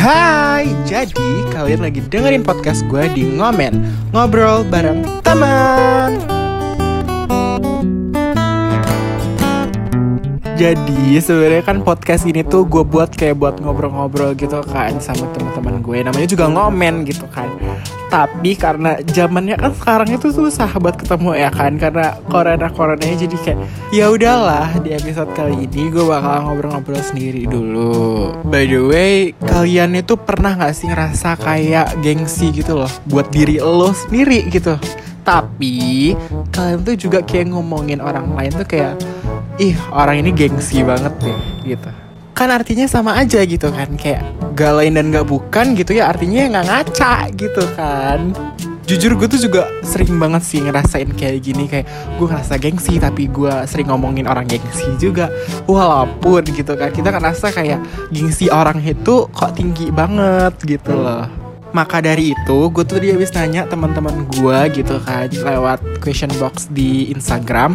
Hai, jadi kalian lagi dengerin podcast gue di Ngomen, ngobrol bareng teman. Jadi sebenarnya kan podcast ini tuh gue buat kayak buat ngobrol-ngobrol gitu kan sama teman-teman gue. Namanya juga Ngomen gitu kan. Tapi karena zamannya kan sekarang itu susah buat ketemu ya kan, karena corona-coronanya, jadi kayak ya udahlah, di episode kali ini gue bakal ngobrol-ngobrol sendiri dulu. By the way, kalian itu pernah gak sih ngerasa kayak gengsi gitu loh buat diri lo sendiri gitu? Tapi kalian tuh juga kayak ngomongin orang lain tuh kayak, ih orang ini gengsi banget deh gitu. Kan artinya sama aja gitu kan, kayak gak lain dan gak bukan gitu ya, artinya gak ngaca gitu kan. Jujur gue tuh juga sering banget sih ngerasain kayak gini, kayak gue ngerasa gengsi tapi gue sering ngomongin orang gengsi juga. Walaupun gitu kan kita ngerasa kayak gengsi orang itu kok tinggi banget gitu loh. Maka dari itu gue tuh dia habis nanya teman-teman gue gitu kan lewat question box di Instagram.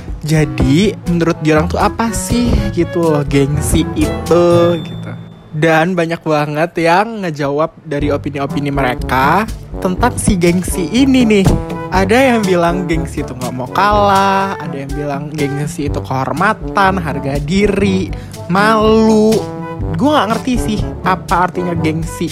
Jadi menurut dia orang tuh apa sih gitu loh gengsi itu gitu. Dan banyak banget yang ngejawab dari opini-opini mereka tentang si gengsi ini nih. Ada yang bilang gengsi itu gak mau kalah, ada yang bilang gengsi itu kehormatan, harga diri, malu. Gue gak ngerti sih apa artinya gengsi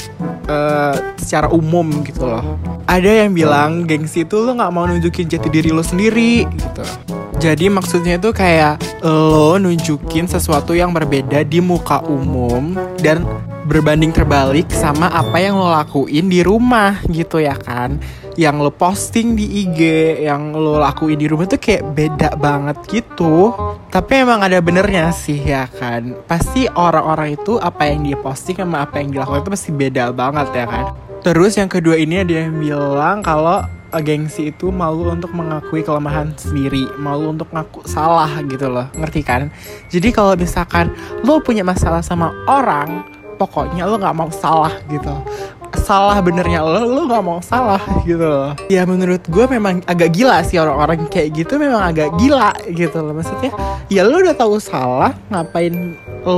secara umum gitu loh. Ada yang bilang gengsi itu lo gak mau nunjukin jati diri lo sendiri gitu. Jadi maksudnya itu kayak lo nunjukin sesuatu yang berbeda di muka umum dan berbanding terbalik sama apa yang lo lakuin di rumah gitu ya kan. Yang lo posting di IG, yang lo lakuin di rumah tuh kayak beda banget gitu. Tapi emang ada benernya sih ya kan. Pasti orang-orang itu apa yang dia posting sama apa yang dilakukan itu pasti beda banget ya kan. Terus yang kedua ini ada yang bilang kalau gengsi itu malu untuk mengakui kelemahan sendiri, malu untuk ngaku salah gitu loh, ngerti kan? Jadi kalau misalkan lo punya masalah sama orang, pokoknya lo gak mau salah gitu. Salah benernya lo gak mau salah gitu loh. Ya menurut gue memang agak gila sih orang-orang kayak gitu, memang agak gila gitu loh. Maksudnya ya lo udah tahu salah, ngapain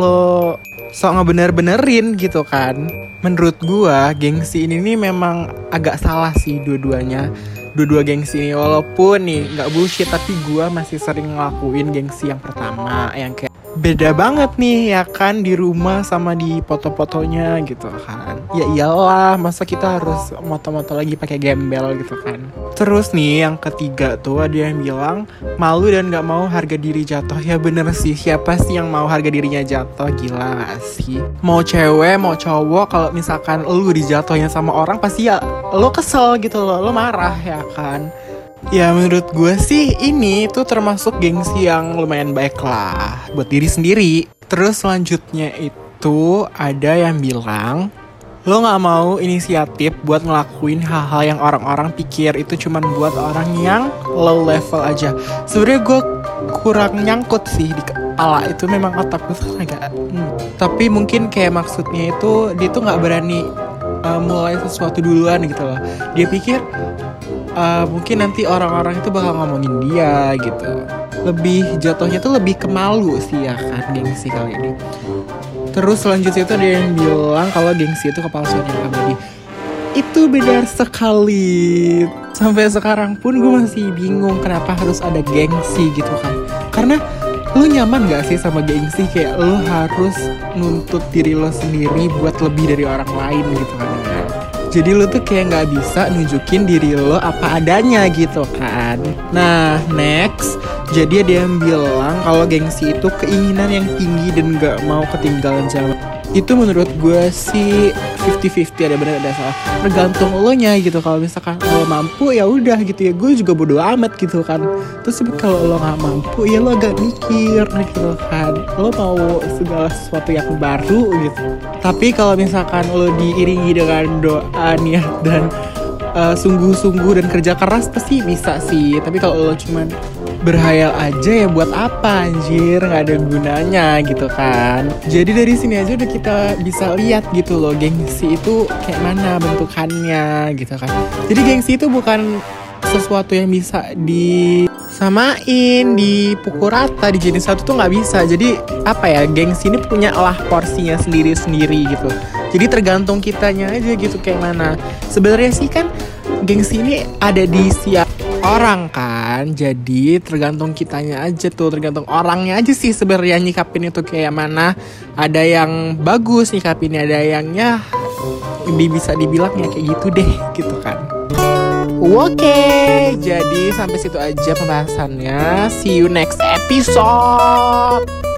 lo sok ngebener-benerin gitu kan. Menurut gue gengsi ini nih memang agak salah sih dua-duanya. Dua-dua gengsi ini walaupun nih gak bullshit, tapi gue masih sering ngelakuin gengsi yang pertama, yang kayak beda banget nih ya kan di rumah sama di foto-fotonya gitu kan. Ya iyalah, masa kita harus moto-moto lagi pakai gembel gitu kan. Terus nih yang ketiga tuh ada yang bilang malu dan gak mau harga diri jatuh. Ya bener sih, siapa sih yang mau harga dirinya jatuh? Gila gak sih? Mau cewek mau cowok, kalau misalkan lu dijatuhin sama orang pasti ya lu kesel gitu loh, lu marah ya kan. Ya menurut gue sih ini tuh termasuk gengsi yang lumayan baik lah buat diri sendiri. Terus selanjutnya itu ada yang bilang lo gak mau inisiatif buat ngelakuin hal-hal yang orang-orang pikir itu cuman buat orang yang low level aja. Sebenarnya gue kurang nyangkut sih di kepala itu, memang otak gue tuh agak tapi mungkin kayak maksudnya itu dia tuh gak berani mulai sesuatu duluan gitu loh. Dia pikir mungkin nanti orang-orang itu bakal ngomongin dia gitu. Lebih jatuhnya tuh lebih ke malu sih ya kan, gengsi kali ini. Terus selanjutnya itu ada yang bilang kalau gengsi itu kepalsuan yang abadi. Itu benar sekali. Sampai sekarang pun gue masih bingung kenapa harus ada gengsi gitu kan. Karena lo nyaman gak sih sama gengsi? Kayak lo harus nuntut diri lo sendiri buat lebih dari orang lain gitu kan. Jadi lo tuh kayak gak bisa nunjukin diri lo apa adanya gitu kan. Nah next, jadi ada yang bilang kalau gengsi itu keinginan yang tinggi dan gak mau ketinggalan zaman. Itu menurut gue sih 50-50, ada benar ada salah. Tergantung lo nya gitu. Kalau misalkan lo mampu ya udah gitu ya, gue juga bodo amat gitu kan. Terus kalau lo gak mampu ya lo agak mikir gitu kan, lo mau segala sesuatu yang baru gitu. Tapi kalau misalkan lo diiringi dengan doa, niat dan sungguh-sungguh dan kerja keras pasti bisa sih. Tapi kalau lo cuman berhayal aja ya buat apa anjir, gak ada gunanya gitu kan. Jadi dari sini aja udah kita bisa lihat gitu loh gengsi itu kayak mana bentukannya gitu kan. Jadi gengsi itu bukan sesuatu yang bisa disamain, dipukul rata, dijadiin satu tuh gak bisa. Jadi apa ya, gengsi ini punya lah porsinya sendiri-sendiri gitu. Jadi tergantung kitanya aja gitu kayak mana. Sebenarnya sih kan gengsi ini ada di siap orang kan. Jadi tergantung kitanya aja tuh, tergantung orangnya aja sih sebenarnya nyikapin itu kayak mana. Ada yang bagus nyikapinnya, ada yang ya bisa dibilang ya kayak gitu deh gitu kan. Oke, jadi sampai situ aja pembahasannya. See you next episode.